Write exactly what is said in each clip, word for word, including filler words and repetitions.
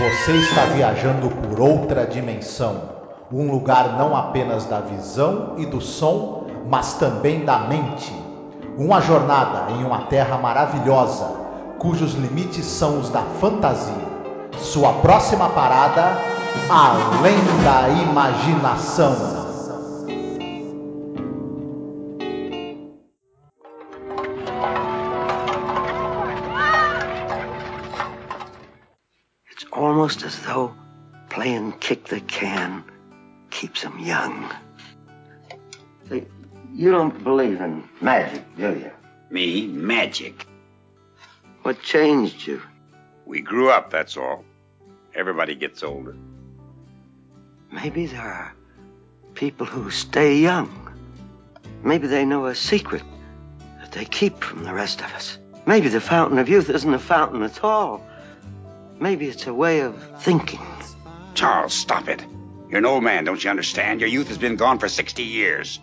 Você está viajando por outra dimensão. Um lugar não apenas da visão e do som, mas também da mente. Uma jornada em uma terra maravilhosa, cujos limites são os da fantasia. Sua próxima parada, além da imaginação. It's almost as though playing kick the can keeps him young. See, you don't believe in magic, do you? Me? Magic? What changed you? We grew up, that's all. Everybody gets older. Maybe there are people who stay young. Maybe they know a secret that they keep from the rest of us. Maybe the fountain of youth isn't a fountain at all. Maybe it's a way of thinking. Charles, stop it. You're an old man, don't you understand? Your youth has been gone for sixty years.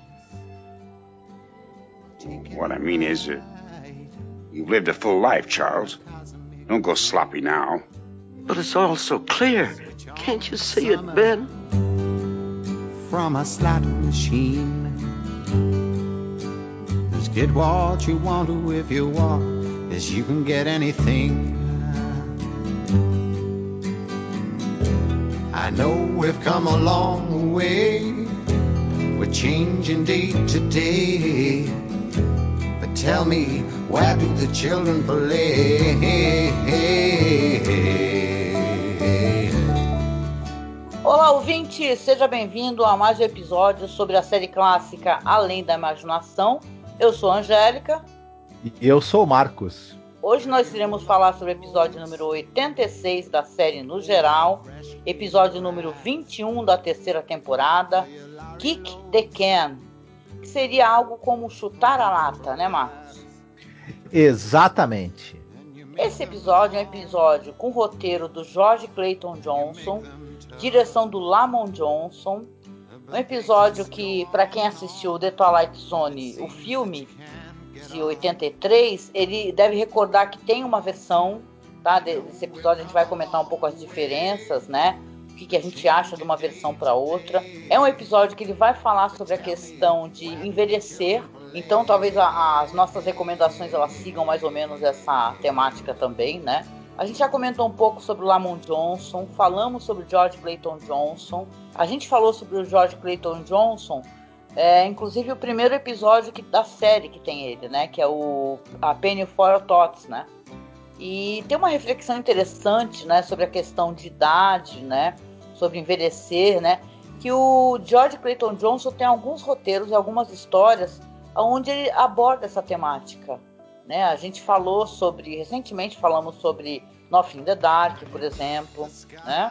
What I mean is, uh, you've lived a full life, Charles. Don't go sloppy now. But it's all so clear. Can't you see it, Ben? From a slot machine. Just get what you want to if you want, as you can get anything. I know we've come a long way. We're changing day to day. But tell me, where do the children play? Olá, ouvinte! Seja bem-vindo a mais um episódio sobre a série clássica Além da Imaginação. Eu sou a Angélica. E eu sou o Marcos. Hoje nós iremos falar sobre o episódio número oitenta e seis da série no geral, episódio número vinte e um da terceira temporada, Kick the Can, que seria algo como chutar a lata, né, Marcos? Exatamente. Esse episódio é um episódio com roteiro do George Clayton Johnson, direção do Lamont Johnson, um episódio que, para quem assistiu The Twilight Zone, o filme de oitenta e três, ele deve recordar que tem uma versão, tá, desse episódio. A gente vai comentar um pouco as diferenças, né? O que, que a gente acha de uma versão para outra. É um episódio que ele vai falar sobre a questão de envelhecer. Então talvez a, as nossas recomendações elas sigam mais ou menos essa temática também, né? A gente já comentou um pouco sobre o Lamont Johnson, falamos sobre o George Clayton Johnson. A gente falou sobre o George Clayton Johnson, é, inclusive o primeiro episódio que, da série que tem ele, né? Que é o A Penny for Your Thoughts, né? E tem uma reflexão interessante, né, sobre a questão de idade, né? Sobre envelhecer, né? Que o George Clayton Johnson tem alguns roteiros e algumas histórias onde ele aborda essa temática, né? A gente falou sobre, recentemente falamos sobre Nothing in the Dark, por exemplo, né?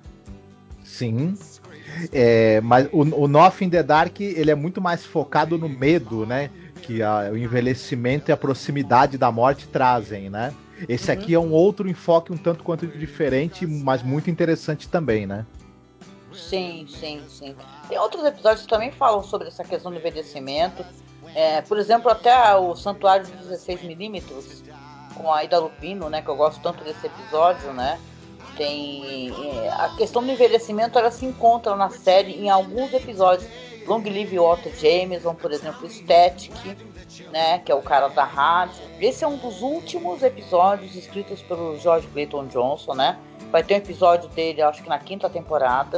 Sim, é, mas o, o Nothing in the Dark ele é muito mais focado no medo, né? Que a, o envelhecimento e a proximidade da morte trazem, né? Esse Uhum. aqui é um outro enfoque um tanto quanto diferente, mas muito interessante também, né? Sim, sim, sim. Tem outros episódios que também falam sobre essa questão do envelhecimento. É, por exemplo, até o Santuário de dezesseis milímetros, com a Ida Lupino, né? Que eu gosto tanto desse episódio, né? Tem... É, a questão do envelhecimento, ela se encontra na série em alguns episódios. Long Live Otto Jameson, por exemplo, Static, né? Que é o cara da rádio. Esse é um dos últimos episódios escritos pelo George Clayton Johnson, né? Vai ter um episódio dele, acho que na quinta temporada.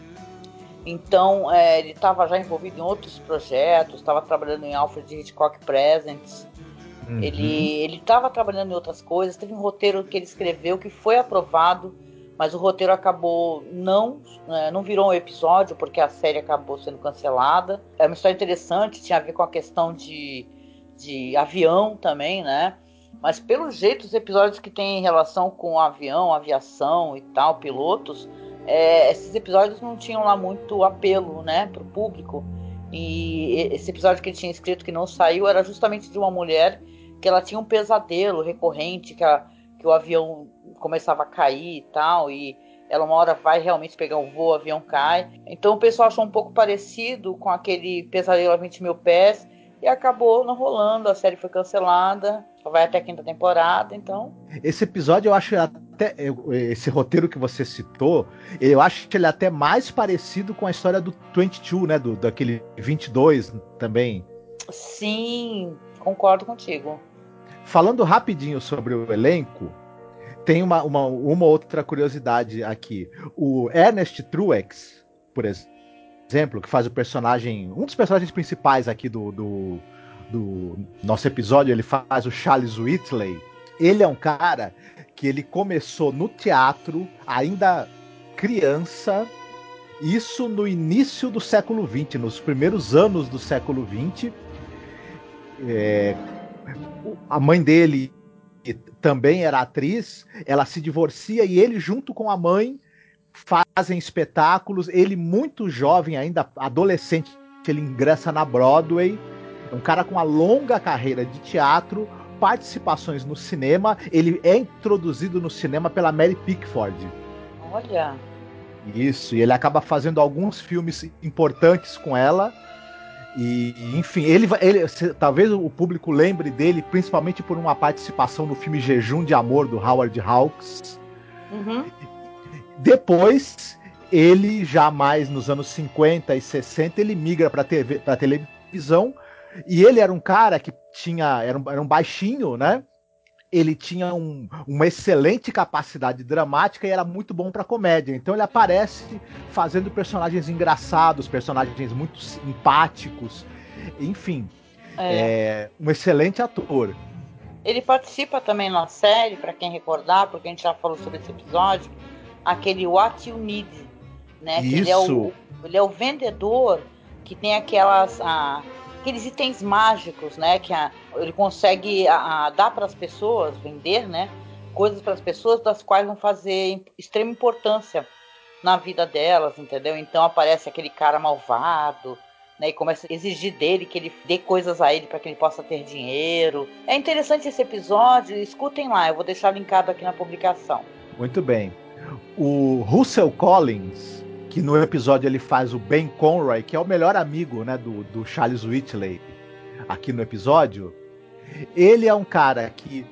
Então, é, ele estava já envolvido em outros projetos, estava trabalhando em Alfred Hitchcock Presents, uhum. ele estava trabalhando em outras coisas. Teve um roteiro que ele escreveu que foi aprovado, mas o roteiro acabou não, é, não virou um episódio, porque a série acabou sendo cancelada. É uma história interessante, tinha a ver com a questão de, de avião também, né? Mas pelo jeito, os episódios que têm relação com avião, aviação e tal, pilotos, É, esses episódios não tinham lá muito apelo, né, pro público. E esse episódio que ele tinha escrito que não saiu era justamente de uma mulher que ela tinha um pesadelo recorrente, que, a, que o avião começava a cair e tal, e ela uma hora vai realmente pegar um voo, o avião cai. Então o pessoal achou um pouco parecido com aquele Pesadelo a vinte mil pés e acabou não rolando, a série foi cancelada, vai até a quinta temporada, então... Esse episódio eu acho até esse roteiro que você citou, eu acho que ele é até mais parecido com a história do vinte e dois, né? Do, daquele vinte e dois também. Sim, concordo contigo. Falando rapidinho sobre o elenco, tem uma, uma, uma outra curiosidade aqui. O Ernest Truex, por exemplo, que faz o personagem, um dos personagens principais aqui do, do, do nosso episódio, ele faz o Charles Whitley. Ele é um cara que ele começou no teatro ainda criança, isso no início do século vinte, nos primeiros anos do século vinte. É, a mãe dele também era atriz, ela se divorcia e ele, junto com a mãe, fazem espetáculos. Ele, muito jovem, ainda adolescente, ele ingressa na Broadway. É um cara com uma longa carreira de teatro, participações no cinema. Ele é introduzido no cinema pela Mary Pickford. Olha. Isso, e ele acaba fazendo alguns filmes importantes com ela. E, enfim, ele, ele talvez o público lembre dele principalmente por uma participação no filme Jejum de Amor, do Howard Hawks. Uhum. Depois, ele já mais nos anos cinquenta e sessenta, ele migra para a televisão. E ele era um cara que tinha era um, era um baixinho, né? Ele tinha um, uma excelente capacidade dramática e era muito bom para comédia. Então ele aparece fazendo personagens engraçados, personagens muito simpáticos, enfim, é. é um excelente ator. Ele participa também na série, para quem recordar, porque a gente já falou sobre esse episódio, aquele What You Need, né? Que ele é o, ele é o vendedor que tem aquelas ah, aqueles itens mágicos, né? Que a, ele consegue a, a, dar para as pessoas, vender, né? Coisas para as pessoas das quais vão fazer extrema importância na vida delas, entendeu? Então aparece aquele cara malvado, né? E começa a exigir dele que ele dê coisas a ele para que ele possa ter dinheiro. É interessante esse episódio, escutem lá, eu vou deixar linkado aqui na publicação. Muito bem. O Russell Collins, que no episódio ele faz o Ben Conroy, que é o melhor amigo, né, do, do Charles Whitley, aqui no episódio, ele é um cara que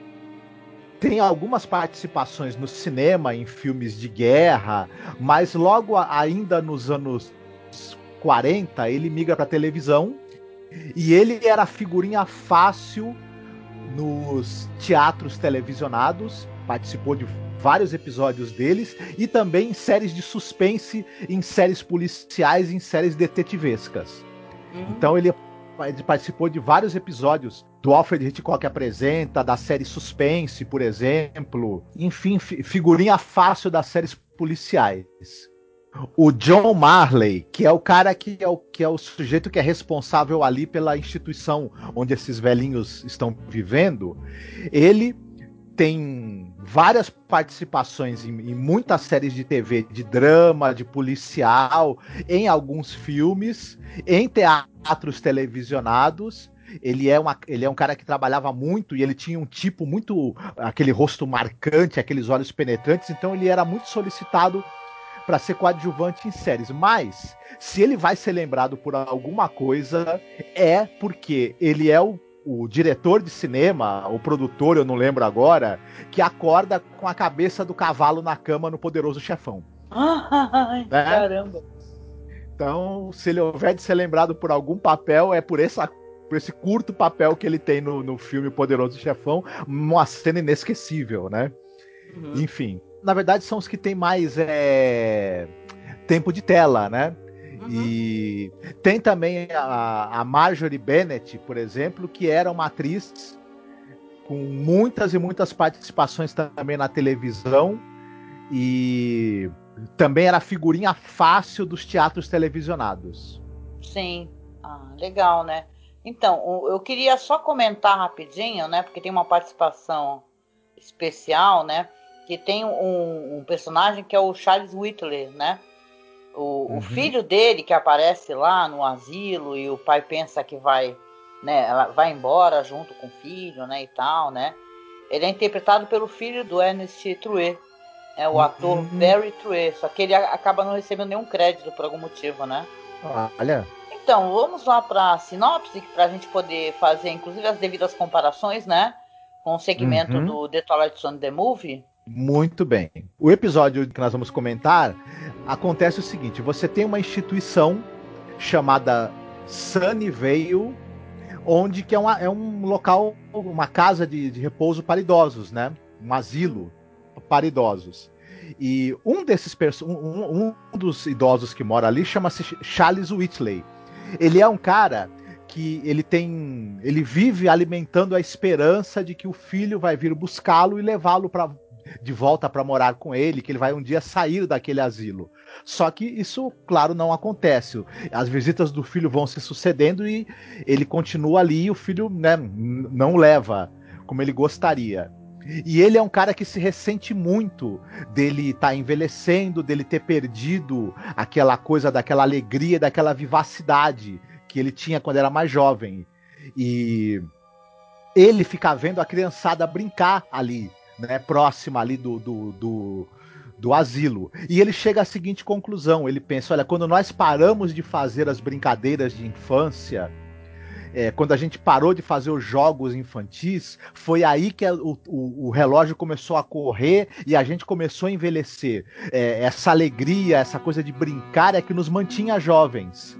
tem algumas participações no cinema, em filmes de guerra, mas logo ainda nos anos quarenta, ele migra para televisão e ele era figurinha fácil nos teatros televisionados, participou de vários episódios deles e também em séries de suspense, em séries policiais, em séries detetivescas. Uhum. Então ele participou de vários episódios do Alfred Hitchcock Apresenta, da série Suspense, por exemplo. Enfim, figurinha fácil das séries policiais. O John Marley, que é o cara que é o, que é o sujeito que é responsável ali pela instituição onde esses velhinhos estão vivendo, ele tem várias participações em, em muitas séries de T V, de drama, de policial, em alguns filmes, em teatros televisionados. Ele é, uma, ele é um cara que trabalhava muito e ele tinha um tipo muito, aquele rosto marcante, aqueles olhos penetrantes, então ele era muito solicitado para ser coadjuvante em séries. Mas, se ele vai ser lembrado por alguma coisa, é porque ele é o, o diretor de cinema, o produtor, eu não lembro agora, que acorda com a cabeça do cavalo na cama no Poderoso Chefão. Ai, né? Caramba! Então, se ele houver de ser lembrado por algum papel, é por essa por esse curto papel que ele tem no, no filme Poderoso Chefão, uma cena inesquecível, né? Uhum. Enfim, na verdade são os que tem mais é, tempo de tela, né? Uhum. E tem também a, a Marjorie Bennett, por exemplo, que era uma atriz com muitas e muitas participações também na televisão e também era figurinha fácil dos teatros televisionados. Sim, ah, legal, né? Então, eu queria só comentar rapidinho, né? Porque tem uma participação especial, né? Que tem um, um personagem que é o Charles Whitley, né? O, uhum. o filho dele que aparece lá no asilo e o pai pensa que vai, né? Ela vai embora junto com o filho, né? E tal, né? Ele é interpretado pelo filho do Ernest Truex, é o uhum. ator Barry Truex, só que ele acaba não recebendo nenhum crédito por algum motivo, né? Olha. Então, vamos lá para a sinopse, para a gente poder fazer, inclusive, as devidas comparações, né? Com o segmento uhum. do The Twilight Zone The Movie. Muito bem. O episódio que nós vamos comentar acontece o seguinte: você tem uma instituição chamada Sunnyvale, onde que é, uma, é um local, uma casa de, de repouso para idosos, né? Um asilo para idosos. E um desses um, um dos idosos que mora ali chama-se Charles Whitley. Ele é um cara que ele tem, ele vive alimentando a esperança de que o filho vai vir buscá-lo e levá-lo para de volta para morar com ele, que ele vai um dia sair daquele asilo. Só que isso, claro, não acontece. As visitas do filho vão se sucedendo e ele continua ali e o filho, né, não leva como ele gostaria. E ele é um cara que se ressente muito dele estar tá envelhecendo, dele ter perdido aquela coisa daquela alegria, daquela vivacidade que ele tinha quando era mais jovem. E ele fica vendo a criançada brincar ali, né, próxima ali do, do, do, do asilo. E ele chega à seguinte conclusão, ele pensa, olha, quando nós paramos de fazer as brincadeiras de infância, é, quando a gente parou de fazer os jogos infantis, foi aí que a, o, o, o relógio começou a correr e a gente começou a envelhecer. É, essa alegria, essa coisa de brincar é que nos mantinha jovens.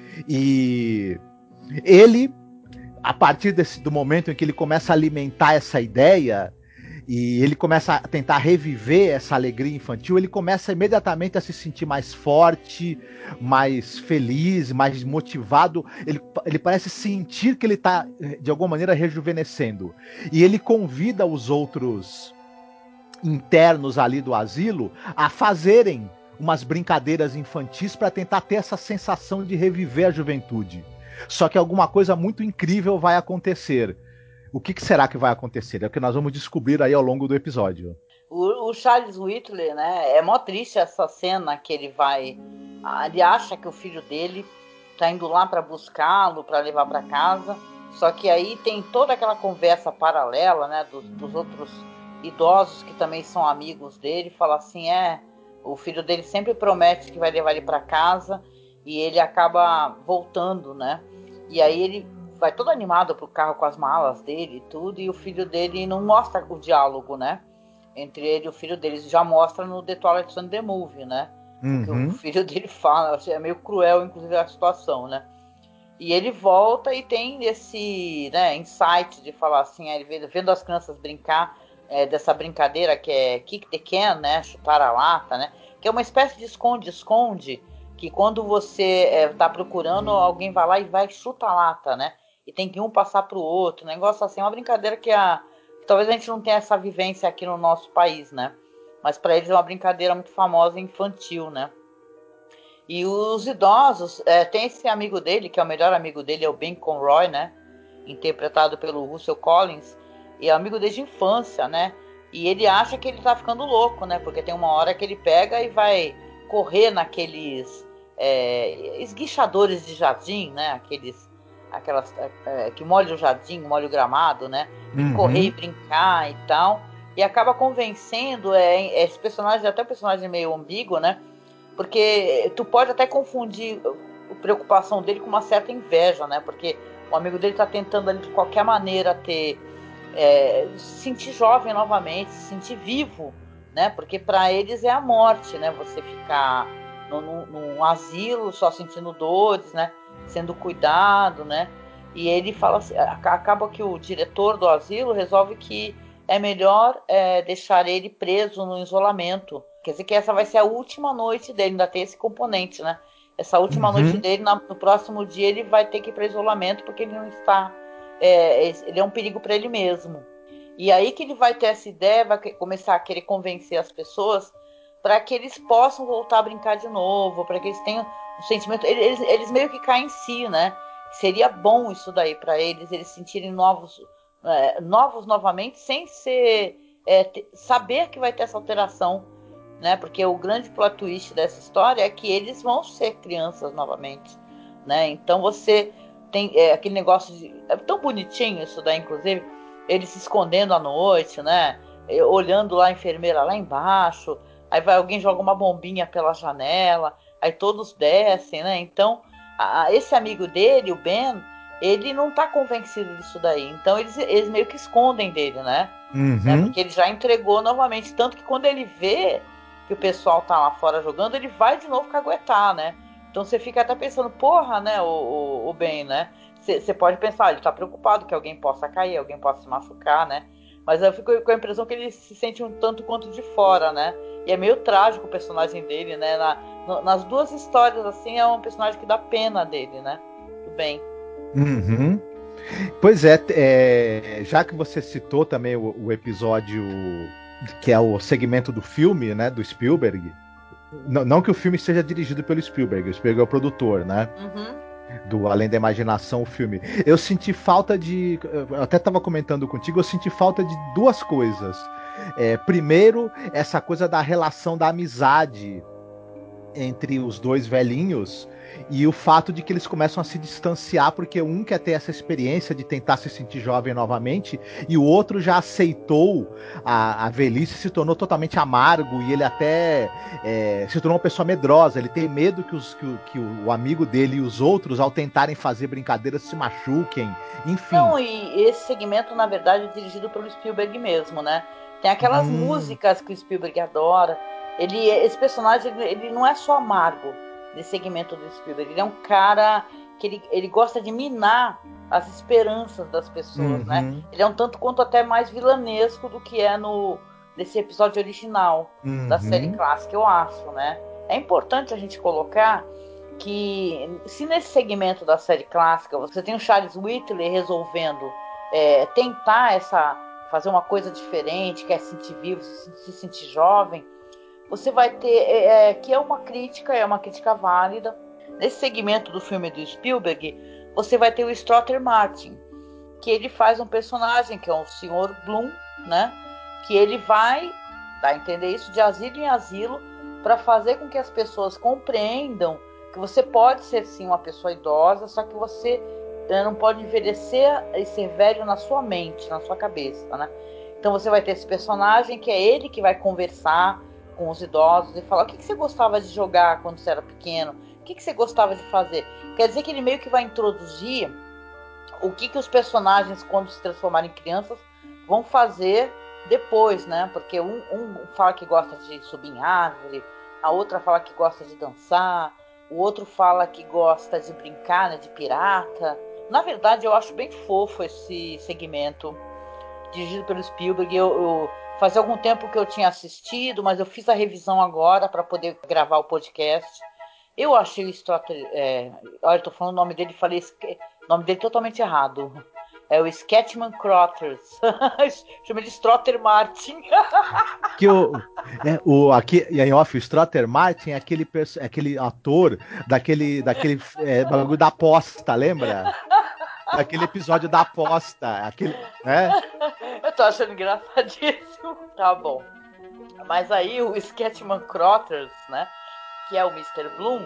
E ele, a partir desse, do momento em que ele começa a alimentar essa ideia, e ele começa a tentar reviver essa alegria infantil, ele começa imediatamente a se sentir mais forte, mais feliz, mais motivado. Ele, ele parece sentir que ele está, de alguma maneira, rejuvenescendo. E ele convida os outros internos ali do asilo a fazerem umas brincadeiras infantis para tentar ter essa sensação de reviver a juventude. Só que alguma coisa muito incrível vai acontecer. O que, que será que vai acontecer? É o que nós vamos descobrir aí ao longo do episódio. O, o Charles Whitley, né? É mó triste essa cena que ele vai. Ele acha que o filho dele tá indo lá para buscá-lo, para levar para casa. Só que aí tem toda aquela conversa paralela, né? Dos, dos outros idosos que também são amigos dele. Fala assim: é, o filho dele sempre promete que vai levar ele para casa e ele acaba voltando, né? E aí ele vai todo animado pro carro com as malas dele e tudo, e o filho dele não mostra o diálogo, né? Entre ele e o filho dele. Já mostra no The Twilight Zone The Movie, né? Uhum. O que o filho dele fala, é meio cruel, inclusive, a situação, né? E ele volta e tem esse, né, insight de falar assim, ele vendo as crianças brincar, é, dessa brincadeira que é kick the can, né? Chutar a lata, né? Que é uma espécie de esconde-esconde, que quando você é, tá procurando, alguém vai lá e vai e chuta a lata, né? E tem que um passar pro outro, um negócio assim, uma brincadeira que, a, que talvez a gente não tenha essa vivência aqui no nosso país, né? Mas para eles é uma brincadeira muito famosa, infantil, né? E os idosos, é, tem esse amigo dele, que é o melhor amigo dele, é o Ben Conroy, né? Interpretado pelo Russell Collins, e é amigo desde a infância, né? E ele acha que ele tá ficando louco, né? Porque tem uma hora que ele pega e vai correr naqueles é, esguichadores de jardim, né? Aqueles aquelas é, que molha o jardim, molha o gramado, né? E uhum. correr e brincar e tal. E acaba convencendo é, esse personagem, até um personagem meio ambíguo, né? Porque tu pode até confundir a preocupação dele com uma certa inveja, né? Porque o amigo dele tá tentando ali de qualquer maneira ter é, se sentir jovem novamente, se sentir vivo, né? Porque para eles é a morte, né? Você ficar num, num asilo só sentindo dores, né? Sendo cuidado, né? E ele fala assim, acaba que o diretor do asilo resolve que é melhor é, deixar ele preso no isolamento. Quer dizer que essa vai ser a última noite dele, ainda tem esse componente, né? Essa última uhum. noite dele, no próximo dia ele vai ter que ir para isolamento porque ele não está... É, ele é um perigo para ele mesmo. E aí que ele vai ter essa ideia, vai começar a querer convencer as pessoas para que eles possam voltar a brincar de novo, para que eles tenham um sentimento... Eles, eles meio que caem em si, né? Seria bom isso daí para eles, eles sentirem novos, é, novos novamente, sem ser... É, ter, saber que vai ter essa alteração, né? Porque o grande plot twist dessa história é que eles vão ser crianças novamente, né? Então você tem é, aquele negócio de... É tão bonitinho isso daí, inclusive, eles se escondendo à noite, né? Olhando lá a enfermeira lá embaixo, aí vai alguém joga uma bombinha pela janela, aí todos descem, né? Então, a, esse amigo dele, o Ben, ele não tá convencido disso daí. Então eles, eles meio que escondem dele, né? Uhum. Né? Porque ele já entregou novamente. Tanto que quando ele vê que o pessoal tá lá fora jogando, ele vai de novo caguetar, né? Então você fica até pensando, porra, né, o, o, o Ben, né? Você pode pensar, ele tá preocupado que alguém possa cair, alguém possa se machucar, né? Mas eu fico com a impressão que ele se sente um tanto quanto de fora, né? E é meio trágico o personagem dele, né? Na, no, nas duas histórias, assim, é um personagem que dá pena dele, né? Do Ben. Uhum. Pois é, é, já que você citou também o, o episódio que é o segmento do filme, né, do Spielberg, não, não que o filme seja dirigido pelo Spielberg, o Spielberg é o produtor, né, Uhum. do Além da Imaginação, o filme. Eu senti falta de, eu até estava comentando contigo, eu senti falta de duas coisas. É, primeiro, essa coisa da relação da amizade entre os dois velhinhos e o fato de que eles começam a se distanciar porque um quer ter essa experiência de tentar se sentir jovem novamente e o outro já aceitou a, a velhice, se tornou totalmente amargo e ele até é, se tornou uma pessoa medrosa. Ele tem medo que, os, que, o, que o amigo dele e os outros, ao tentarem fazer brincadeiras, se machuquem, enfim. Não, e esse segmento, na verdade, é dirigido pelo Spielberg mesmo, né? Tem aquelas hum. músicas que o Spielberg adora. Ele, esse personagem, ele, ele não é só amargo nesse segmento do Spielberg. Ele é um cara que ele, ele gosta de minar as esperanças das pessoas, uhum. né? Ele é um tanto quanto até mais vilanesco do que é no nesse episódio original uhum. da série clássica, eu acho, né? É importante a gente colocar que se nesse segmento da série clássica você tem o Charles Whitley resolvendo é, tentar essa, fazer uma coisa diferente, quer se sentir vivo, se, se sentir jovem, você vai ter, é, que é uma crítica, é uma crítica válida. Nesse segmento do filme do Spielberg, você vai ter o Strother Martin, que ele faz um personagem que é o senhor Bloom, né? Que ele vai dar a entender isso de asilo em asilo para fazer com que as pessoas compreendam que você pode ser sim uma pessoa idosa, só que você né, não pode envelhecer e ser velho na sua mente, na sua cabeça, né? Então você vai ter esse personagem que é ele que vai conversar com os idosos e falar o que, que você gostava de jogar quando você era pequeno, o que, que você gostava de fazer. Quer dizer que ele meio que vai introduzir o que, que os personagens, quando se transformarem em crianças, vão fazer depois, né? Porque um, um fala que gosta de subir em árvore, a outra fala que gosta de dançar, o outro fala que gosta de brincar, né, de pirata. Na verdade, eu acho bem fofo esse segmento dirigido pelo Spielberg. Eu, eu fazia algum tempo que eu tinha assistido, mas eu fiz a revisão agora para poder gravar o podcast. Eu achei o Strother... É, olha, eu tô falando o nome dele, falei o nome dele totalmente errado. É o Sketchman Crothers. Chama de Strother Martin. Que o, é, o aqui em off, o Strother Martin é aquele, aquele ator daquele, daquele é, bagulho da aposta, lembra? Daquele episódio da aposta, aquele, né? Eu tô achando engraçadíssimo. Tá bom. Mas aí o Sketchman Crothers, né? Que é o mister Bloom,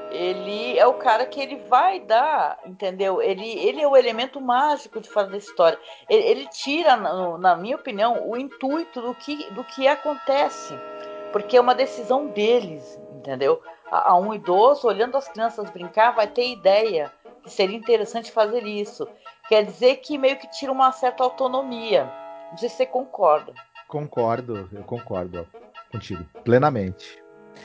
ele é o cara que ele vai dar, entendeu? Ele, ele é o elemento mágico de fazer história. Ele, ele tira, na, na minha opinião, o intuito do que, do que acontece. Porque é uma decisão deles, entendeu? A, a um idoso, olhando as crianças brincar, vai ter ideia que seria interessante fazer isso. Quer dizer que meio que tira uma certa autonomia. Não sei se você concorda. Concordo, eu concordo contigo, plenamente.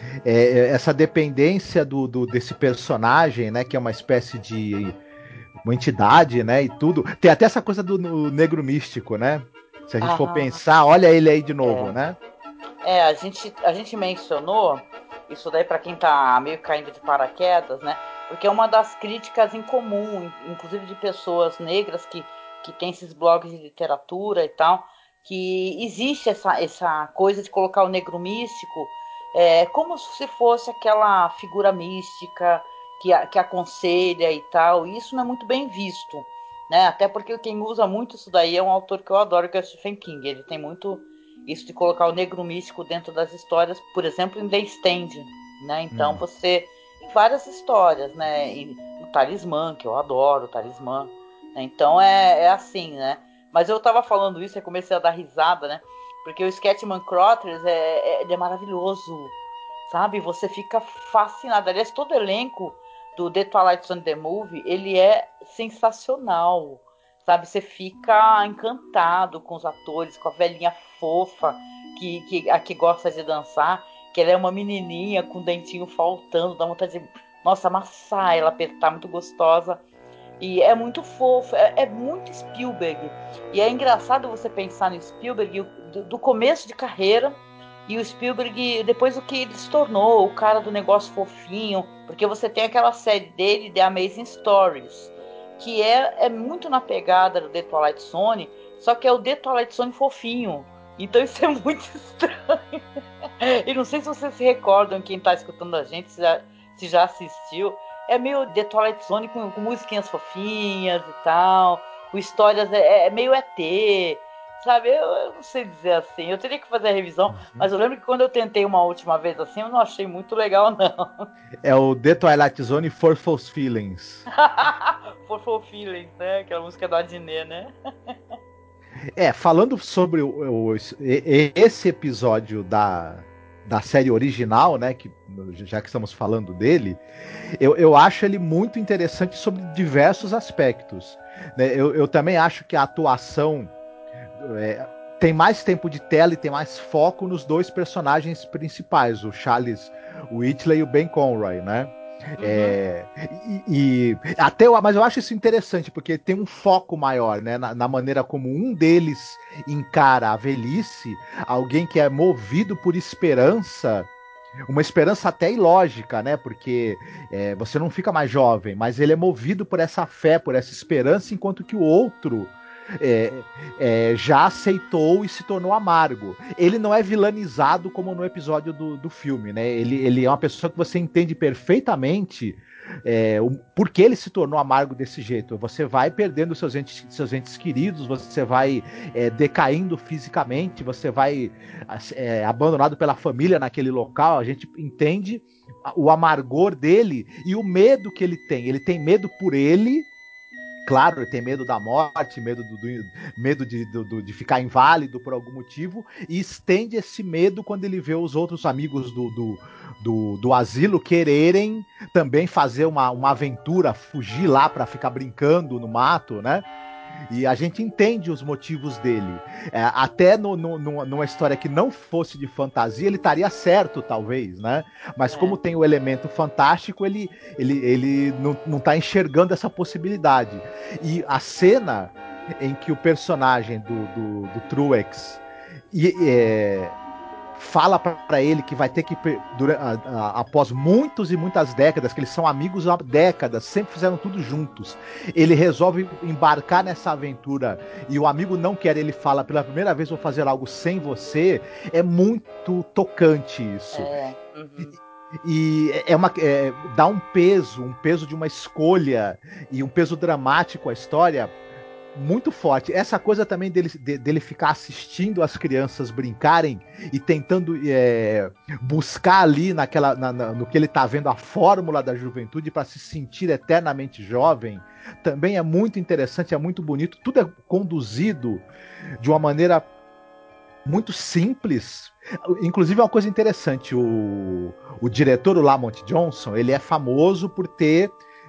É, essa dependência do, do, desse personagem, né, que é uma espécie de uma entidade, né, e tudo. Tem até essa coisa do negro místico, né? Se a gente ah, for pensar, olha ele aí de novo, é. né? É, a gente, a gente mencionou isso daí para quem tá meio caindo de paraquedas, né? Porque é uma das críticas em comum, inclusive de pessoas negras que, que tem esses blogs de literatura e tal, que existe essa, essa coisa de colocar o negro místico é, como se fosse aquela figura mística que, que aconselha e tal, e isso não é muito bem visto, né? Até porque quem usa muito isso daí é um autor que eu adoro, que é o Stephen King. Ele tem muito isso de colocar o negro místico dentro das histórias, por exemplo, em The Stand, né? Então hum. você... em várias histórias, né? E o Talismã, que eu adoro, o Talismã. Né? Então é, é assim, né? Mas eu tava falando isso e comecei a dar risada, né? Porque o Sketchman Crothers é, é, ele é maravilhoso, sabe? Você fica fascinado. Aliás, todo o elenco do The Twilight Zone The Movie, ele é sensacional. sabe? Você fica encantado com os atores, com a velhinha fofa que, que, a que gosta de dançar, que ela é uma menininha com o dentinho faltando, dá vontade de, nossa, amassar ela, apertar, muito gostosa. E é muito fofo, é, é muito Spielberg. E é engraçado você pensar no Spielberg do, do começo de carreira e o Spielberg depois do que ele se tornou, o cara do negócio fofinho, porque você tem aquela série dele, The Amazing Stories, que é, é muito na pegada do The Twilight Zone, só que é o The Twilight Zone fofinho. Então isso é muito estranho. E não sei se vocês se recordam, quem está escutando a gente, se já, se já assistiu. É meio The Twilight Zone com, com musiquinhas fofinhas e tal, com histórias, é, é meio E T, sabe? Eu, eu não sei dizer assim, eu teria que fazer a revisão, uhum. Mas eu lembro que quando eu tentei uma última vez assim, eu não achei muito legal, não. É o The Twilight Zone For False Feelings. For False Feelings, né? Aquela música do Adnet, né? É, falando sobre o, o, esse episódio da, da série original, né, que, já que estamos falando dele, eu, eu acho ele muito interessante sobre diversos aspectos. Né? Eu, eu também acho que a atuação é, tem mais tempo de tela e tem mais foco nos dois personagens principais, o Charles Whitley e o Ben Conroy, né? Uhum. É, e, e até eu, mas eu acho isso interessante porque tem um foco maior, né, na, na maneira como um deles encara a velhice, alguém que é movido por esperança, uma esperança até ilógica, né, porque é, você não fica mais jovem, mas ele é movido por essa fé, por essa esperança, enquanto que o outro É, é, já aceitou e se tornou amargo. Ele não é vilanizado como no episódio do, do filme, né? Ele, ele é uma pessoa que você entende perfeitamente é, o, por que ele se tornou amargo desse jeito. Você vai perdendo seus entes, seus entes queridos, você vai é, decaindo fisicamente, você vai é, abandonado pela família naquele local. A gente entende o amargor dele e o medo que ele tem. Ele tem medo por ele. Claro, ele tem medo da morte, medo, do, do, medo de, do, de ficar inválido por algum motivo, e estende esse medo quando ele vê os outros amigos do, do, do, do asilo quererem também fazer uma, uma aventura, fugir lá para ficar brincando no mato, né? E a gente entende os motivos dele. É, até no, no, no, numa história que não fosse de fantasia, ele estaria certo, talvez, né? Mas como é. Tem o elemento fantástico, ele, ele, ele não, não tá enxergando essa possibilidade. E a cena em que o personagem do, do, do Truex e, é, fala para ele que vai ter que, durante, a, a, após muitos e muitas décadas, que eles são amigos há décadas, sempre fizeram tudo juntos, ele resolve embarcar nessa aventura e o amigo não quer, ele fala, pela primeira vez vou fazer algo sem você, é muito tocante isso. É. Uhum. E é uma, é, dá um peso, um peso de uma escolha e um peso dramático à história muito forte. Essa coisa também dele, de, dele ficar assistindo as crianças brincarem e tentando é, buscar ali naquela, na, na, no que ele tá vendo a fórmula da juventude para se sentir eternamente jovem, também é muito interessante, é muito bonito. Tudo é conduzido de uma maneira muito simples. Inclusive é uma coisa interessante, o, o diretor, o Lamont Johnson, ele é famoso por ter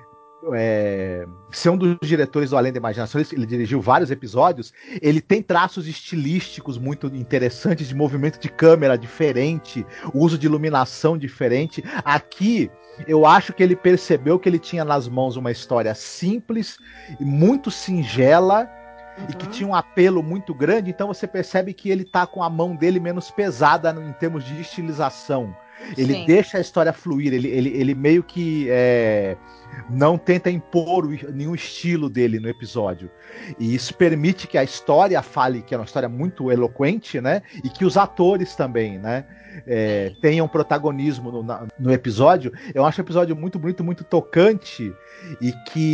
É, ser um dos diretores do Além da Imaginação. Ele, ele dirigiu vários episódios. Ele tem traços estilísticos muito interessantes, de movimento de câmera diferente, uso de iluminação diferente. Aqui eu acho que ele percebeu que ele tinha nas mãos uma história simples e muito singela, uhum. E que tinha um apelo muito grande. Então você percebe que ele tá com a mão dele menos pesada em termos de estilização. Ele Sim. deixa a história fluir, ele, ele, ele meio que é, não tenta impor nenhum estilo dele no episódio. E isso permite que a história fale, que é uma história muito eloquente, né? E que os atores também, né? É, tenham protagonismo no, na, no episódio. Eu acho o episódio muito bonito, muito tocante e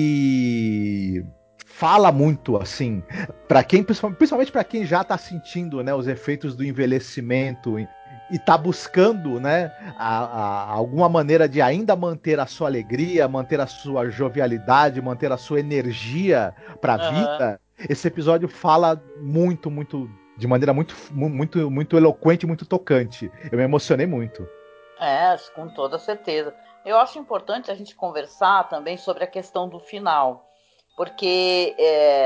que fala muito, assim, para quem, principalmente para quem já tá sentindo, né, os efeitos do envelhecimento e tá buscando, né, a, a, alguma maneira de ainda manter a sua alegria, manter a sua jovialidade, manter a sua energia pra uhum. vida. Esse episódio fala muito, muito, de maneira muito, muito, muito eloquente, muito tocante. Eu me emocionei muito. É, com toda certeza. Eu acho importante a gente conversar também sobre a questão do final, porque é,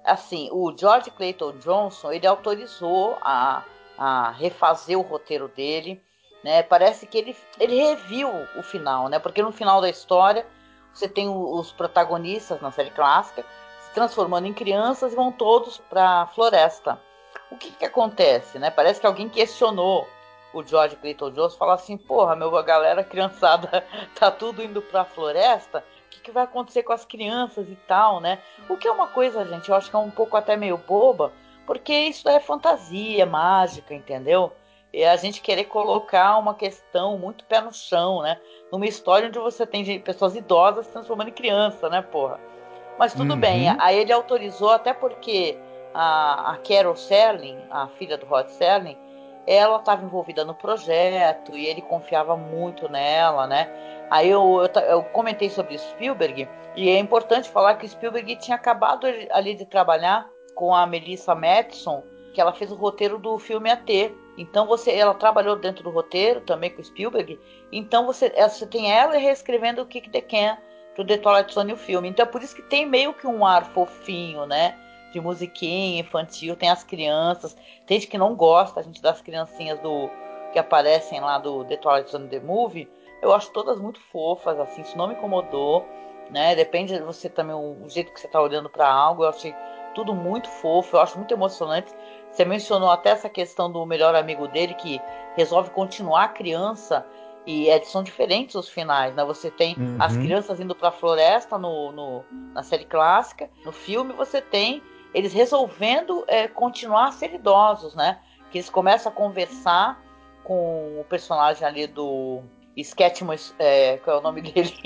assim, o George Clayton Johnson, ele autorizou a, a refazer o roteiro dele, né? Parece que ele, ele reviu o final, né? Porque no final da história você tem os protagonistas na série clássica se transformando em crianças e vão todos para a floresta. O que que acontece, né? Parece que alguém questionou o George Clayton Johnson, fala assim, porra, meu, a galera criançada tá tudo indo para a floresta, o que que vai acontecer com as crianças e tal, né? O que é uma coisa, gente, eu acho que é um pouco até meio boba, porque isso é fantasia, mágica, entendeu? E a gente querer colocar uma questão muito pé no chão, né? Numa história onde você tem gente, pessoas idosas se transformando em criança, né, porra? Mas tudo Uhum. bem, aí ele autorizou, até porque a, a Carol Serling, a filha do Rod Serling, ela estava envolvida no projeto e ele confiava muito nela, né? Aí eu, eu, eu comentei sobre Spielberg, e é importante falar que Spielberg tinha acabado ali de trabalhar com a Melissa Mathison, que ela fez o roteiro do filme A T. Então você, ela trabalhou dentro do roteiro também com Spielberg. Então você, você tem ela reescrevendo o Kick the Can pro The Twilight Zone, o filme. Então é por isso que tem meio que um ar fofinho, né? De musiquinha infantil, tem as crianças. Tem gente que não gosta, a gente, das criancinhas do que aparecem lá do The Twilight Zone The Movie. Eu acho todas muito fofas, assim, isso não me incomodou, né? Depende de você também, o, o jeito que você tá olhando para algo. Eu achei tudo muito fofo, eu acho muito emocionante. Você mencionou até essa questão do melhor amigo dele, que resolve continuar criança, e é, são diferentes os finais, né? Você tem Uhum. as crianças indo para a floresta no, no, na série clássica, no filme você tem eles resolvendo é, continuar a ser idosos, né? Que eles começam a conversar com o personagem ali do Scatman, é, qual é o nome dele?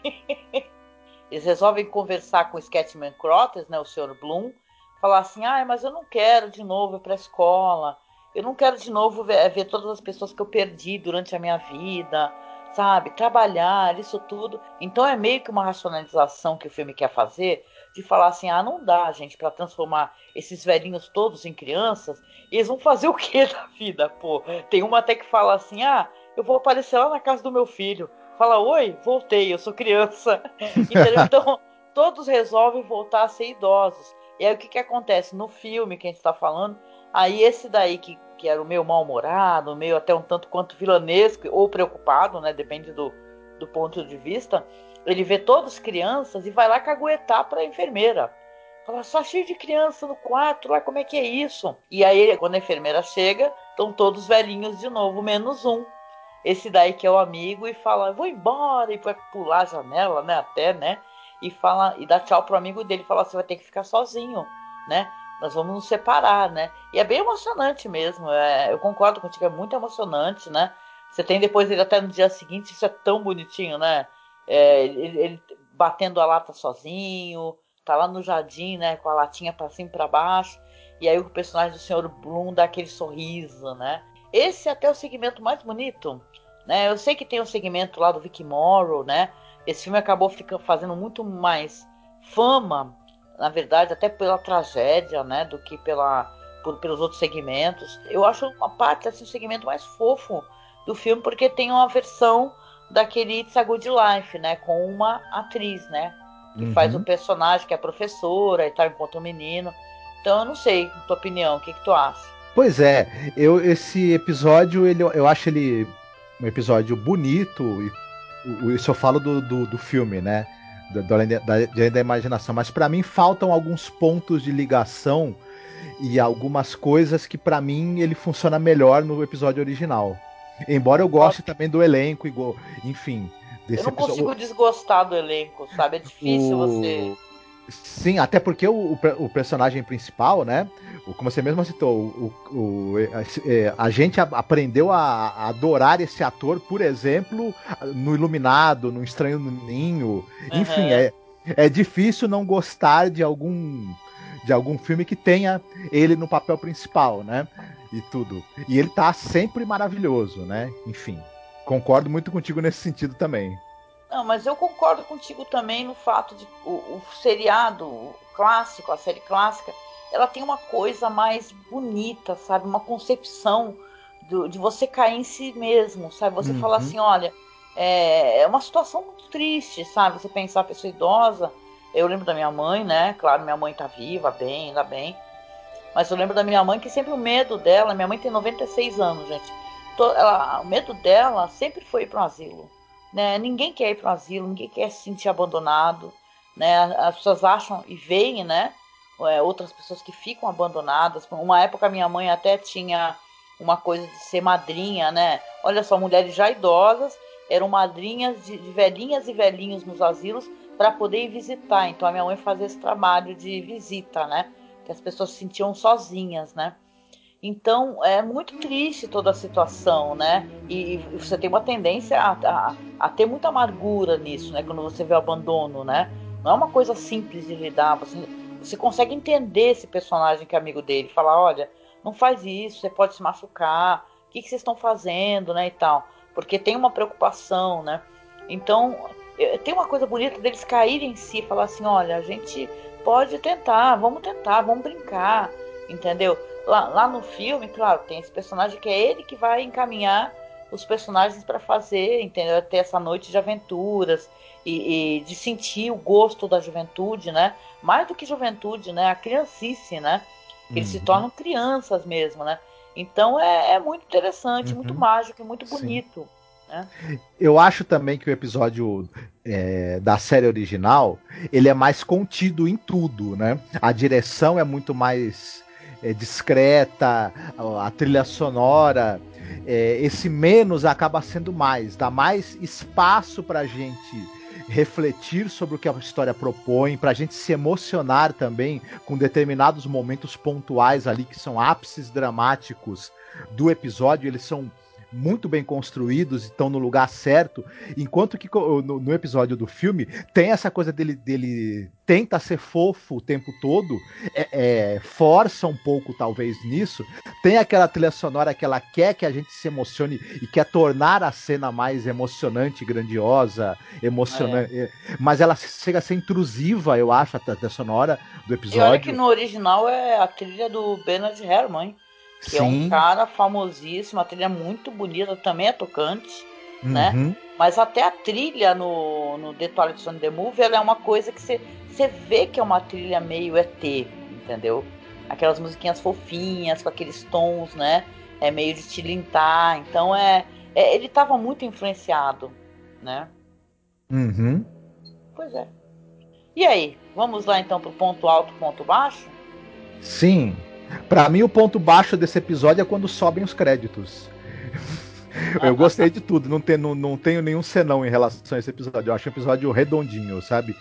Eles resolvem conversar com o Scatman Crothers, né, o senhor Bloom, falar assim, ah, mas eu não quero de novo ir para a escola, eu não quero de novo ver, ver todas as pessoas que eu perdi durante a minha vida, sabe, trabalhar, isso tudo. Então é meio que uma racionalização que o filme quer fazer, de falar assim, ah, não dá, gente, para transformar esses velhinhos todos em crianças, e eles vão fazer o que da vida, pô? Tem uma até que fala assim, ah, eu vou aparecer lá na casa do meu filho. Fala, oi, voltei, eu sou criança. Entendeu? Então, todos resolvem voltar a ser idosos. E aí, o que que acontece? No filme que a gente tá falando, aí esse daí que, que era o meio mal-humorado, meio até um tanto quanto vilanesco, ou preocupado, né? Depende do, do ponto de vista. Ele vê todos crianças e vai lá caguetar pra enfermeira. Fala, só cheio de criança no quarto, lá, como é que é isso? E aí, quando a enfermeira chega, estão todos velhinhos de novo, menos um. Esse daí que é o amigo e fala, vou embora, e vai pular a janela, né, até, né, e fala, e dá tchau pro amigo dele, fala, você vai ter que ficar sozinho, né, nós vamos nos separar, né, e é bem emocionante mesmo, é, eu concordo contigo, é muito emocionante, né, você tem depois ele até no dia seguinte, isso é tão bonitinho, né, é, ele, ele batendo a lata sozinho, tá lá no jardim, né, com a latinha pra cima e pra baixo, e aí o personagem do senhor Bloom dá aquele sorriso, né. Esse é até o segmento mais bonito, né? Eu sei que tem um segmento lá do Vic Morrow, né? Esse filme acabou ficando, fazendo muito mais fama, na verdade, até pela tragédia, né? Do que pela, por, pelos outros segmentos. Eu acho uma parte, assim, o segmento mais fofo do filme, porque tem uma versão daquele It's a Good Life, né? Com uma atriz, né? Que Uhum. faz o personagem, que é professora e tal, enquanto um menino. Então, eu não sei, na tua opinião, o que que tu acha? Pois é, eu, esse episódio, ele, eu acho ele um episódio bonito, e isso eu falo do, do, do filme, né? Do, do, da, da, da imaginação, mas para mim faltam alguns pontos de ligação e algumas coisas que para mim ele funciona melhor no episódio original. Embora eu goste também do elenco, igual, enfim. Desse Eu não episódio. consigo desgostar do elenco, sabe? É difícil o... você... Sim, até porque o, o, o personagem principal, né? Como você mesmo citou, o, o, a, a gente aprendeu a, a adorar esse ator, por exemplo, no Iluminado, no Estranho no Ninho. Uhum. Enfim, é, é difícil não gostar de algum, de algum filme que tenha ele no papel principal, né? E tudo. E ele tá sempre maravilhoso, né? Enfim, concordo muito contigo nesse sentido também. Não, mas eu concordo contigo também no fato de o, o seriado o clássico, a série clássica, ela tem uma coisa mais bonita, sabe? Uma concepção do, de você cair em si mesmo, sabe? Você Uhum. fala assim, olha, é, é uma situação muito triste, sabe? Você pensar a pessoa idosa Eu lembro da minha mãe, né? Claro, minha mãe tá viva, bem, ainda bem. Mas eu lembro da minha mãe que sempre o medo dela... Minha mãe tem noventa e seis anos, gente. Ela, o medo dela sempre foi ir para um asilo. Né? Ninguém quer ir para um asilo, ninguém quer se sentir abandonado. Né? As pessoas acham e veem, né? Outras pessoas que ficam abandonadas. Uma época minha mãe até tinha uma coisa de ser madrinha, né? Olha só, mulheres já idosas eram madrinhas de, de velhinhas e velhinhos nos asilos para poder ir visitar. Então a minha mãe fazia esse trabalho de visita, né? Que as pessoas se sentiam sozinhas, né? Então é muito triste toda a situação, né? E, e você tem uma tendência a, a, a ter muita amargura nisso, né? Quando você vê o abandono, né? Não é uma coisa simples de lidar. Você, você consegue entender esse personagem que é amigo dele, falar, olha, não faz isso, você pode se machucar, o que, que vocês estão fazendo, né? E tal. Porque tem uma preocupação, né? Então tem uma coisa bonita deles caírem em si, falar assim, olha, a gente pode tentar, vamos tentar, vamos brincar, entendeu? Lá, lá no filme, claro, tem esse personagem que é ele que vai encaminhar os personagens para fazer, entendeu? Ter essa noite de aventuras e, e de sentir o gosto da juventude, né? Mais do que juventude, né? A criancice, né? Que eles se tornam crianças mesmo, né? Então é, é muito interessante, uhum. muito mágico e muito bonito. Né? Eu acho também que o episódio é, da série original, ele é mais contido em tudo, né? A direção é muito mais é, discreta, a trilha sonora, é, esse menos acaba sendo mais, dá mais espaço pra gente refletir sobre o que a história propõe, pra gente se emocionar também com determinados momentos pontuais ali que são ápices dramáticos do episódio, eles são muito bem construídos e estão no lugar certo, enquanto que no, no episódio do filme tem essa coisa dele, dele tenta ser fofo o tempo todo, é, é, força um pouco talvez nisso, tem aquela trilha sonora que ela quer que a gente se emocione e quer tornar a cena mais emocionante, grandiosa, emocionante, é. Mas ela chega a ser intrusiva, eu acho, a trilha sonora do episódio. E olha que no original é a trilha do Bernard Herrmann, que Sim. é um cara famosíssimo, a trilha é muito bonita, também é tocante, uhum. né? Mas até a trilha no, no The Twilight Zone The Movie, ela é uma coisa que você vê que é uma trilha meio E T, entendeu? Aquelas musiquinhas fofinhas, com aqueles tons, né? É meio de tilintar, então é, é ele estava muito influenciado, né? Uhum. Pois é. E aí, vamos lá então pro ponto alto, ponto baixo? Sim. Pra mim, o ponto baixo desse episódio é quando sobem os créditos. Eu gostei de tudo, não, tem, não, não tenho nenhum senão em relação a esse episódio. Eu acho um episódio redondinho, sabe?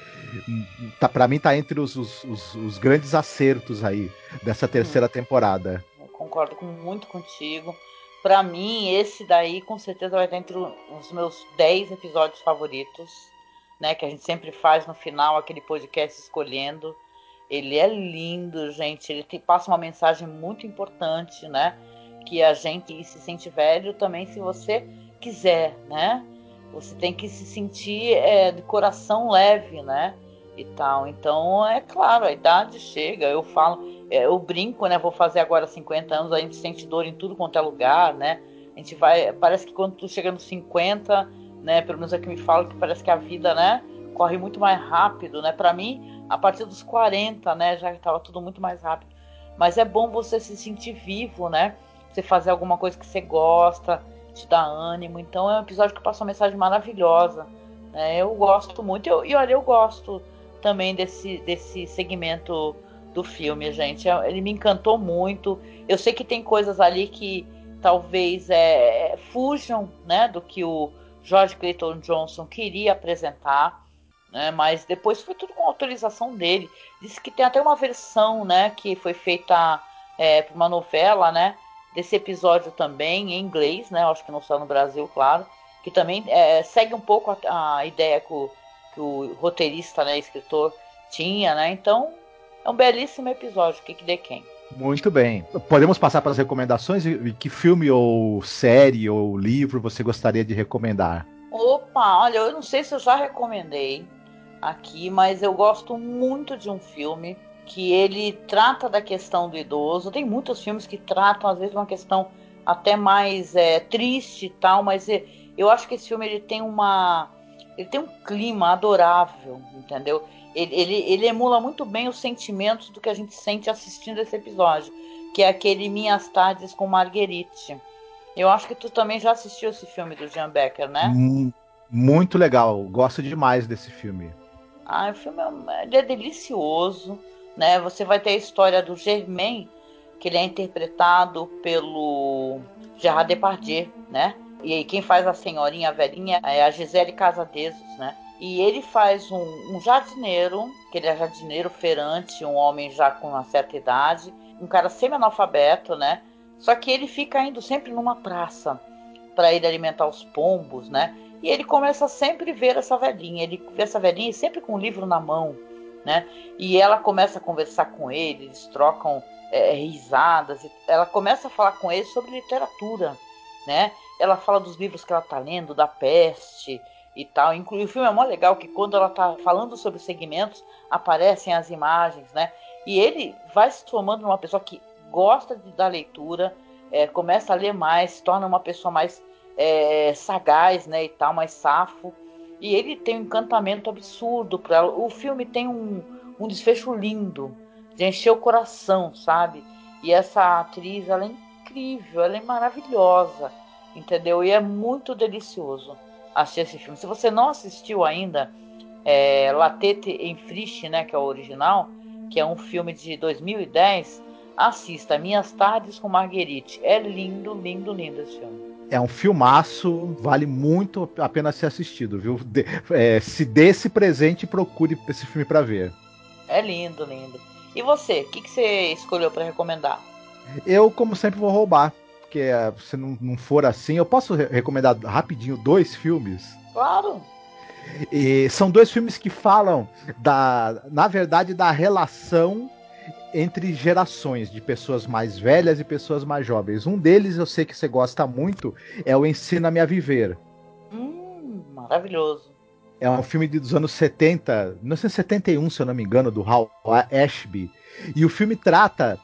Tá, pra mim, tá entre os, os, os, os grandes acertos aí dessa terceira hum. temporada. Eu concordo com, muito contigo. Pra mim, esse daí com certeza vai estar entre os meus dez episódios favoritos, né? Que a gente sempre faz no final, aquele podcast escolhendo. Ele é lindo, gente. Ele te passa uma mensagem muito importante, né? Que a gente se sente velho também, se você quiser, né? Você tem que se sentir é, de coração leve, né? E tal. Então, é claro, a idade chega. Eu falo, é, eu brinco, né? Vou fazer agora cinquenta anos, a gente sente dor em tudo quanto é lugar, né? A gente vai. Parece que quando tu chega nos cinquenta, né? Pelo menos é que me fala que parece que a vida, né? Corre muito mais rápido, né? Pra mim, a partir dos quarenta, né? Já estava tudo muito mais rápido. Mas é bom você se sentir vivo, né? Você fazer alguma coisa que você gosta, te dá ânimo. Então é um episódio que passa uma mensagem maravilhosa. Né? Eu gosto muito. Eu, e olha, eu gosto também desse, desse segmento do filme, gente. Ele me encantou muito. Eu sei que tem coisas ali que talvez é, fujam, né, do que o George Clayton Johnson queria apresentar. Né, mas depois foi tudo com autorização dele. Disse que tem até uma versão, né, que foi feita é, para uma novela, né, desse episódio também em inglês, né, acho que não só no Brasil, claro, que também é, segue um pouco a, a ideia que o, que o roteirista, né, escritor tinha, né, então é um belíssimo episódio, que que dê quem. Muito bem. Podemos passar para as recomendações? E que filme ou série ou livro você gostaria de recomendar? Opa, olha, eu não sei se eu já recomendei aqui, mas eu gosto muito de um filme que ele trata da questão do idoso. Tem muitos filmes que tratam, às vezes, uma questão até mais é, triste e tal, mas eu acho que esse filme ele tem uma, ele tem um clima adorável, entendeu? Ele, ele, ele emula muito bem os sentimentos do que a gente sente assistindo esse episódio, que é aquele Minhas Tardes com Marguerite. Eu acho que tu também já assistiu esse filme do Jean Becker, né? Hum, muito legal, gosto demais desse filme. Ah, o filme é, ele é delicioso, né? Você vai ter a história do Germain, que ele é interpretado pelo Gerard Depardieu, né? E aí quem faz a senhorinha, a velhinha, é a Gisele Casadesos, né? E ele faz um, um jardineiro, que ele é jardineiro feirante, um homem já com uma certa idade, um cara semi-analfabeto, né? Só que ele fica indo sempre numa praça para ir alimentar os pombos, né? E ele começa a sempre ver essa velhinha, ele vê essa velhinha sempre com um livro na mão, né? E ela começa a conversar com ele, eles trocam é, risadas, ela começa a falar com ele sobre literatura, né? Ela fala dos livros que ela tá lendo, da peste e tal. Inclusive, o filme é mó legal que quando ela tá falando sobre os segmentos, aparecem as imagens, né? E ele vai se formando numa pessoa que gosta de, da leitura, é, começa a ler mais, se torna uma pessoa mais é, sagaz, né, e tal, mais safo. E ele tem um encantamento absurdo para ela. O filme tem um, um desfecho lindo, de encher o coração, sabe? E essa atriz, ela é incrível, ela é maravilhosa, entendeu? E é muito delicioso assistir esse filme. Se você não assistiu ainda, é, La Tête en Friche, né, que é o original, que é um filme de dois mil e dez, assista Minhas Tardes com Marguerite. É lindo, lindo, lindo esse filme. É um filmaço, vale muito a pena ser assistido, viu? De, é, se dê esse presente, procure esse filme para ver. É lindo, lindo. E você, o que, que você escolheu para recomendar? Eu, como sempre, vou roubar, porque se não, não for assim, eu posso re- recomendar rapidinho dois filmes. Claro. E são dois filmes que falam da, na verdade, da relação entre gerações de pessoas mais velhas e pessoas mais jovens. Um deles eu sei que você gosta muito, é o Ensina-me a Viver. Hum, maravilhoso. É um filme dos anos setenta, mil novecentos e setenta e um, se eu não me engano, do Hal Ashby. E o filme trata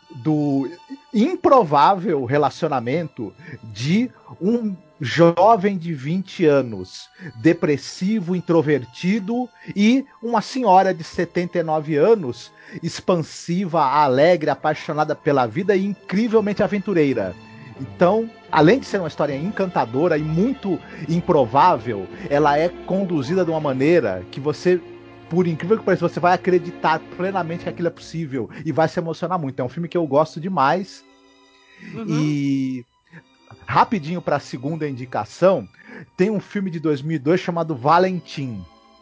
do improvável relacionamento de um jovem de vinte anos, depressivo, introvertido, e uma senhora de setenta e nove anos, expansiva, alegre, apaixonada pela vida e incrivelmente aventureira. Então, além de ser uma história encantadora e muito improvável, ela é conduzida de uma maneira que você, por incrível que pareça, você vai acreditar plenamente que aquilo é possível e vai se emocionar muito. É um filme que eu gosto demais. Uhum. E rapidinho para a segunda indicação, tem um filme de dois mil e dois chamado Valentim.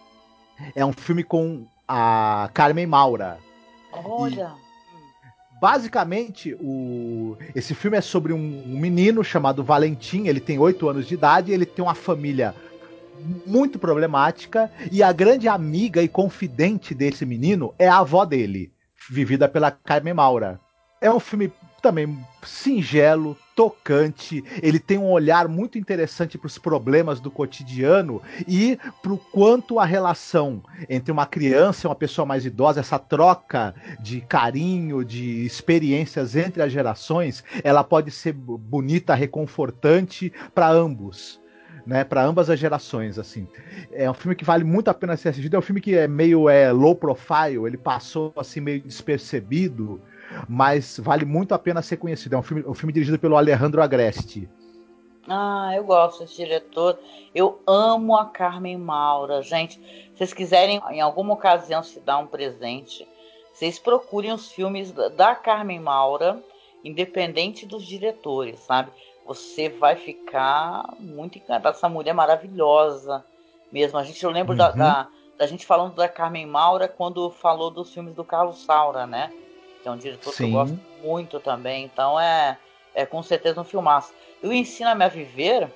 É um filme com a Carmen Maura. Olha. E basicamente, o... esse filme é sobre um, um menino chamado Valentim. Ele tem oito anos de idade, ele tem uma família muito problemática, e a grande amiga e confidente desse menino é a avó dele, vivida pela Carmen Maura. É um filme também singelo, tocante, ele tem um olhar muito interessante para os problemas do cotidiano e para o quanto a relação entre uma criança e uma pessoa mais idosa, essa troca de carinho, de experiências entre as gerações, ela pode ser bonita, reconfortante para ambos. Né, para ambas as gerações, assim. É um filme que vale muito a pena ser assistido. É um filme que é meio é, low profile, ele passou assim meio despercebido, mas vale muito a pena ser conhecido. É um filme, um filme dirigido pelo Alejandro Agresti. Ah, eu gosto desse diretor. Eu amo a Carmen Maura, gente. Se vocês quiserem, em alguma ocasião, se dar um presente, vocês procurem os filmes da Carmen Maura, independente dos diretores, sabe? Você vai ficar muito encantado. Essa mulher maravilhosa mesmo. A gente, eu lembro uhum. da, da, da gente falando da Carmen Maura quando falou dos filmes do Carlos Saura, né? Que é um diretor Sim. que eu gosto muito também. Então é, é com certeza um filmaço. E o Ensina-me a Viver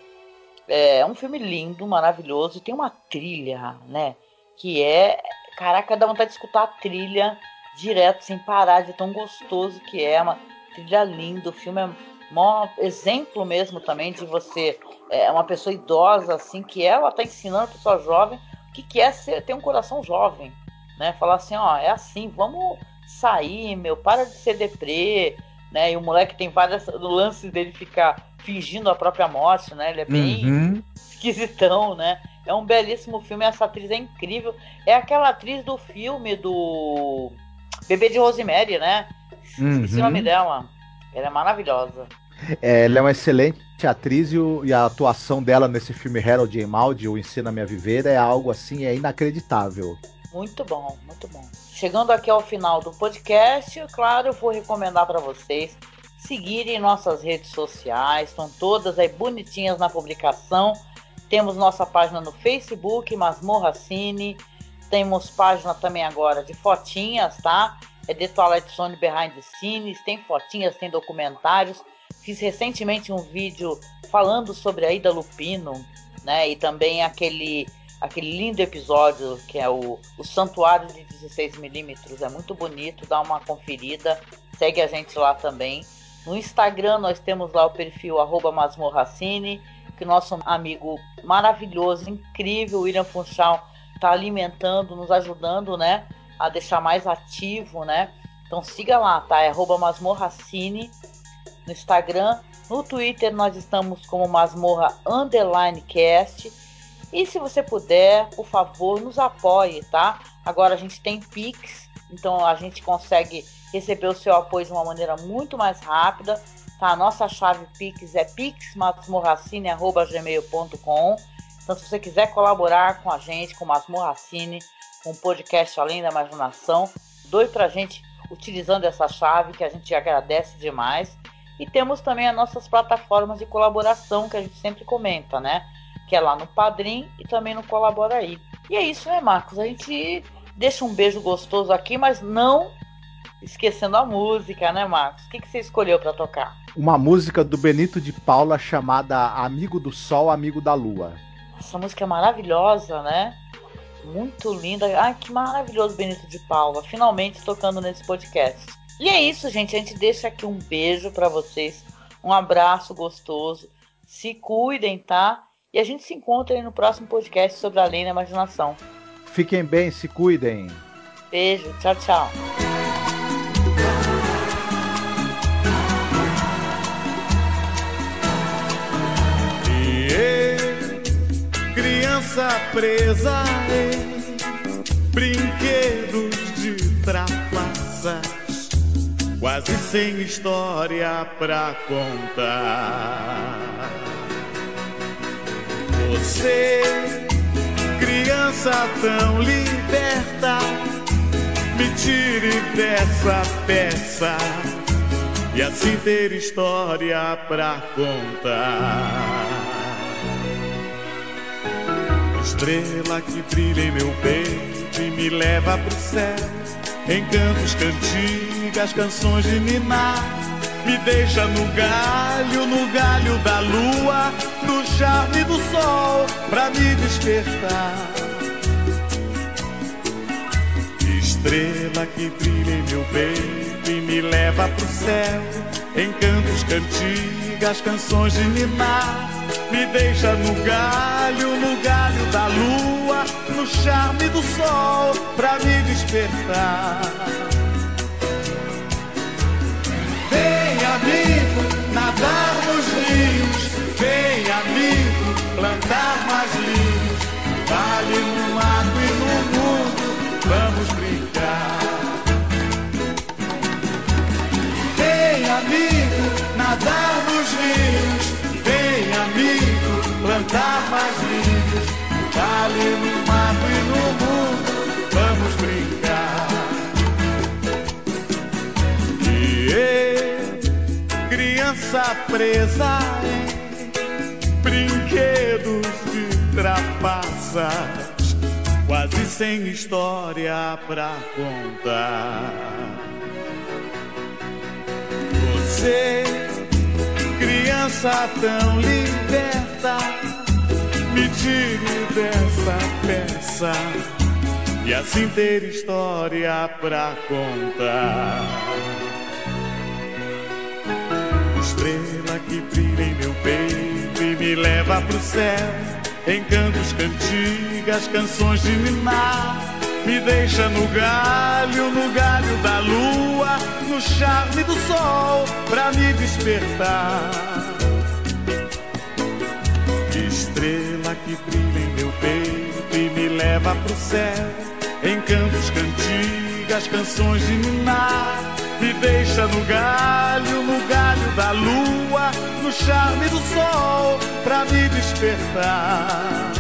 é um filme lindo, maravilhoso. E tem uma trilha, né? Que é... Caraca, dá vontade de escutar a trilha direto, sem parar, de tão gostoso que é. Uma trilha linda. O filme é um exemplo mesmo também de você, é, uma pessoa idosa, assim, que ela tá ensinando a pessoa jovem o que, que é ser, ter um coração jovem, né? Falar assim, ó, é assim, vamos sair, meu, para de ser deprê, né? E o moleque tem vários lances dele ficar fingindo a própria morte, né? Ele é bem uhum. esquisitão, né? É um belíssimo filme, essa atriz é incrível. É aquela atriz do filme do Bebê de Rosemary, né? Uhum. Esqueci o nome dela. Ela é maravilhosa. É, ela é uma excelente atriz e, o, e a atuação dela nesse filme Harold e Maude, O Ensina-me a Viver, é algo assim, é inacreditável. Muito bom, muito bom. Chegando aqui ao final do podcast, claro, eu vou recomendar para vocês seguirem nossas redes sociais, estão todas aí bonitinhas na publicação. Temos nossa página no Facebook, Masmorra Cine. Temos página também agora de fotinhas, tá? É The Twilight Zone Behind the Scenes, tem fotinhas, tem documentários. Fiz recentemente um vídeo falando sobre a Ida Lupino, né? E também aquele, aquele lindo episódio que é o, o Santuário de dezesseis milímetros. É muito bonito, dá uma conferida. Segue a gente lá também. No Instagram nós temos lá o perfil arroba masmorracine, que o nosso amigo maravilhoso, incrível, William Funchal, está alimentando, nos ajudando, né, a deixar mais ativo, né? Então siga lá, tá? É arroba masmorracine no Instagram. No Twitter nós estamos como masmorra underline cast. E se você puder, por favor, nos apoie, tá? Agora a gente tem Pix, então a gente consegue receber o seu apoio de uma maneira muito mais rápida, tá? A nossa chave Pix é pix masmorracine arroba gmail ponto com. Então se você quiser colaborar com a gente, com o Masmorracine, com o podcast Além da Imaginação, doe pra gente utilizando essa chave, que a gente agradece demais. E temos também as nossas plataformas de colaboração, que a gente sempre comenta, né? Que é lá no Padrim e também no Colabora Aí. E é isso, né, Marcos? A gente deixa um beijo gostoso aqui, mas não esquecendo a música, né, Marcos? O que, que você escolheu para tocar? Uma música do Benito de Paula chamada Amigo do Sol, Amigo da Lua. Essa música é maravilhosa, né? Muito linda. Ai, que maravilhoso, Benito de Paula. Finalmente tocando nesse podcast. E é isso, gente. A gente deixa aqui um beijo para vocês. Um abraço gostoso. Se cuidem, tá? E a gente se encontra aí no próximo podcast sobre Além da Imaginação. Fiquem bem, se cuidem. Beijo. Tchau, tchau. Criança presa em brinquedos de trapaças, quase sem história pra contar. Você, criança tão liberta, me tire dessa peça e assim ter história pra contar. Estrela que brilha em meu peito e me leva pro céu, encantos, cantigas, canções de ninar, me deixa no galho, no galho da lua, no charme do sol, pra me despertar. Estrela que brilha em meu peito e me leva pro céu, encantos, cantigas, canções de ninar, me deixa no galho, no galho da lua, no charme do sol, pra me despertar. Vem, amigo, nadar nos rios, vem, amigo, plantar mais linhos, vale no mato e no mundo, vamos brincar. Vem, amigo, nadar nos rios, vem, amigo, plantar mais linhos, vale no mato e no mundo, vamos brincar. E eu, criança presa em brinquedos de trapaças, quase sem história pra contar. Você, criança tão liberta, me tire dessa peça e assim ter história pra contar. Estrela que brilha em meu peito e me leva pro céu, encantos, cantigas, canções de ninar, me deixa no galho, no galho da lua, no charme do sol, pra me despertar. Estrela que brilha em meu peito leva pro céu, em cantos, cantigas, canções de ninar. Me deixa no galho, no galho da lua, no charme do sol, pra me despertar.